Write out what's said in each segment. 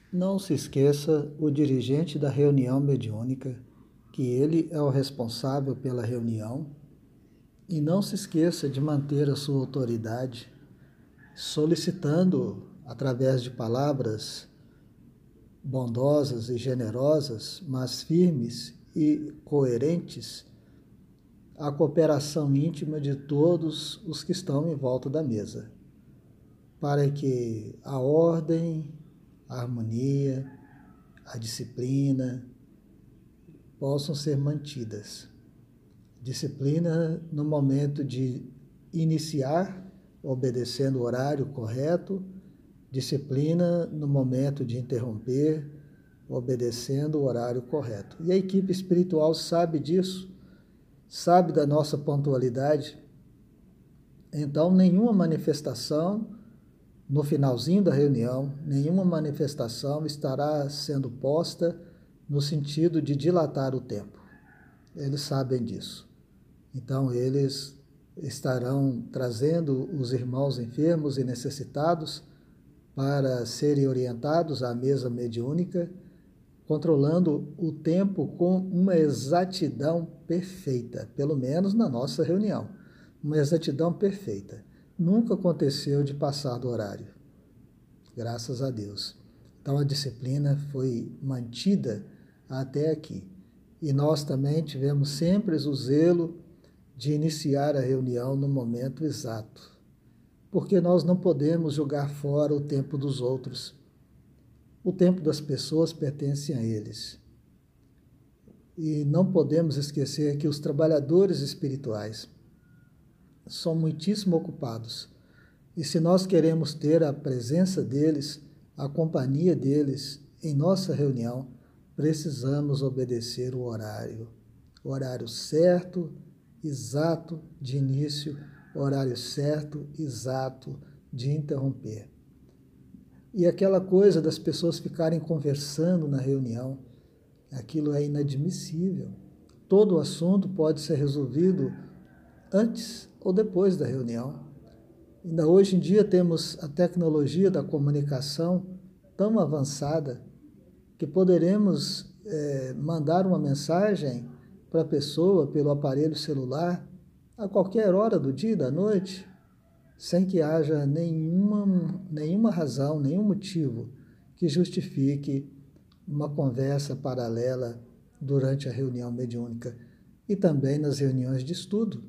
Não se esqueça o dirigente da reunião mediúnica, que ele é o responsável pela reunião, e não se esqueça de manter a sua autoridade, solicitando, através de palavras bondosas e generosas, mas firmes e coerentes, a cooperação íntima de todos os que estão em volta da mesa, para que a ordem, a harmonia, a disciplina possam ser mantidas. Disciplina no momento de iniciar, obedecendo o horário correto, disciplina no momento de interromper, obedecendo o horário correto. E a equipe espiritual sabe disso, sabe da nossa pontualidade. Então, nenhuma manifestação, no finalzinho da reunião, nenhuma manifestação estará sendo posta no sentido de dilatar o tempo. Eles sabem disso. Então, eles estarão trazendo os irmãos enfermos e necessitados para serem orientados à mesa mediúnica, controlando o tempo com uma exatidão perfeita, pelo menos na nossa reunião. Uma exatidão perfeita. Nunca aconteceu de passar do horário, graças a Deus. Então a disciplina foi mantida até aqui. E nós também tivemos sempre o zelo de iniciar a reunião no momento exato, porque nós não podemos jogar fora o tempo dos outros. O tempo das pessoas pertence a eles. E não podemos esquecer que os trabalhadores espirituais são muitíssimo ocupados. E se nós queremos ter a presença deles, a companhia deles em nossa reunião, precisamos obedecer o horário certo, exato de início, horário certo, exato de interromper. E aquela coisa das pessoas ficarem conversando na reunião, aquilo é inadmissível. Todo o assunto pode ser resolvido antes ou depois da reunião. Ainda hoje em dia temos a tecnologia da comunicação tão avançada que poderemos mandar uma mensagem para a pessoa pelo aparelho celular a qualquer hora do dia e da noite, sem que haja nenhuma razão, nenhum motivo que justifique uma conversa paralela durante a reunião mediúnica e também nas reuniões de estudo.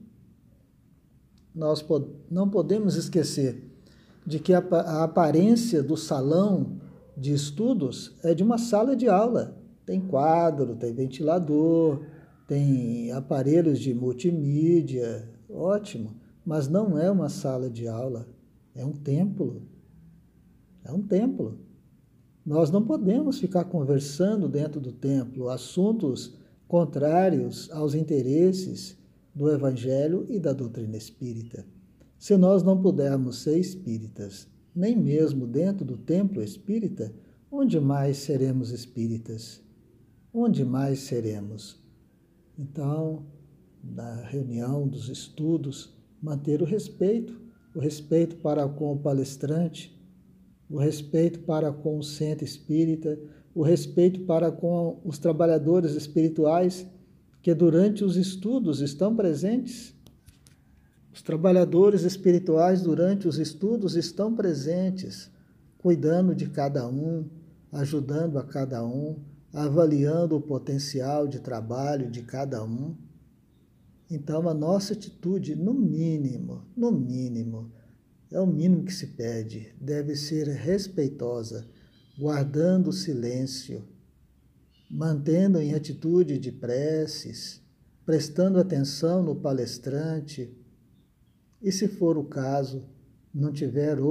Nós não podemos esquecer de que a aparência do salão de estudos é de uma sala de aula. Tem quadro, tem ventilador, tem aparelhos de multimídia, ótimo, mas não é uma sala de aula, é um templo. É um templo. Nós não podemos ficar conversando dentro do templo assuntos contrários aos interesses do Evangelho e da doutrina espírita. Se nós não pudermos ser espíritas, nem mesmo dentro do templo espírita, onde mais seremos espíritas? Onde mais seremos? Então, na reunião dos estudos, manter o respeito para com o palestrante, o respeito para com o centro espírita, o respeito para com os trabalhadores espirituais que durante os estudos estão presentes. Os trabalhadores espirituais durante os estudos estão presentes, cuidando de cada um, ajudando a cada um, avaliando o potencial de trabalho de cada um. Então, a nossa atitude, no mínimo, é o mínimo que se pede, deve ser respeitosa, guardando o silêncio, mantendo em atitude de preces, prestando atenção no palestrante, e se for o caso, não tiver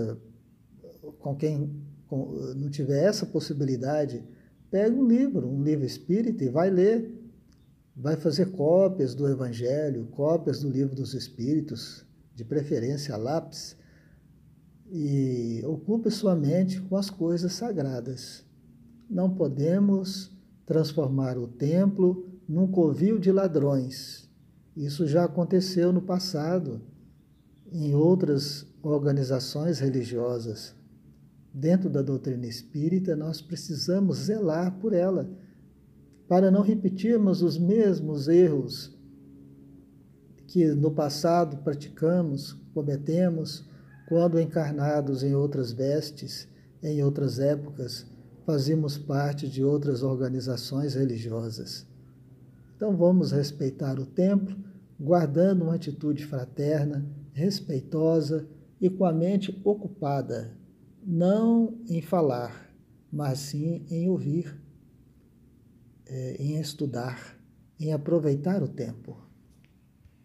não tiver essa possibilidade, pega um livro espírita e vai ler, vai fazer cópias do Evangelho, cópias do Livro dos Espíritos, de preferência a lápis, e ocupe sua mente com as coisas sagradas. Não podemos transformar o templo num covil de ladrões. Isso já aconteceu no passado, em outras organizações religiosas. dentro da doutrina espírita, nós precisamos zelar por ela, para não repetirmos os mesmos erros que no passado praticamos, cometemos, quando encarnados em outras vestes, em outras épocas, fazíamos parte de outras organizações religiosas. Então vamos respeitar o templo, guardando uma atitude fraterna, respeitosa e com a mente ocupada, não em falar, mas sim em ouvir, em estudar, em aproveitar o tempo.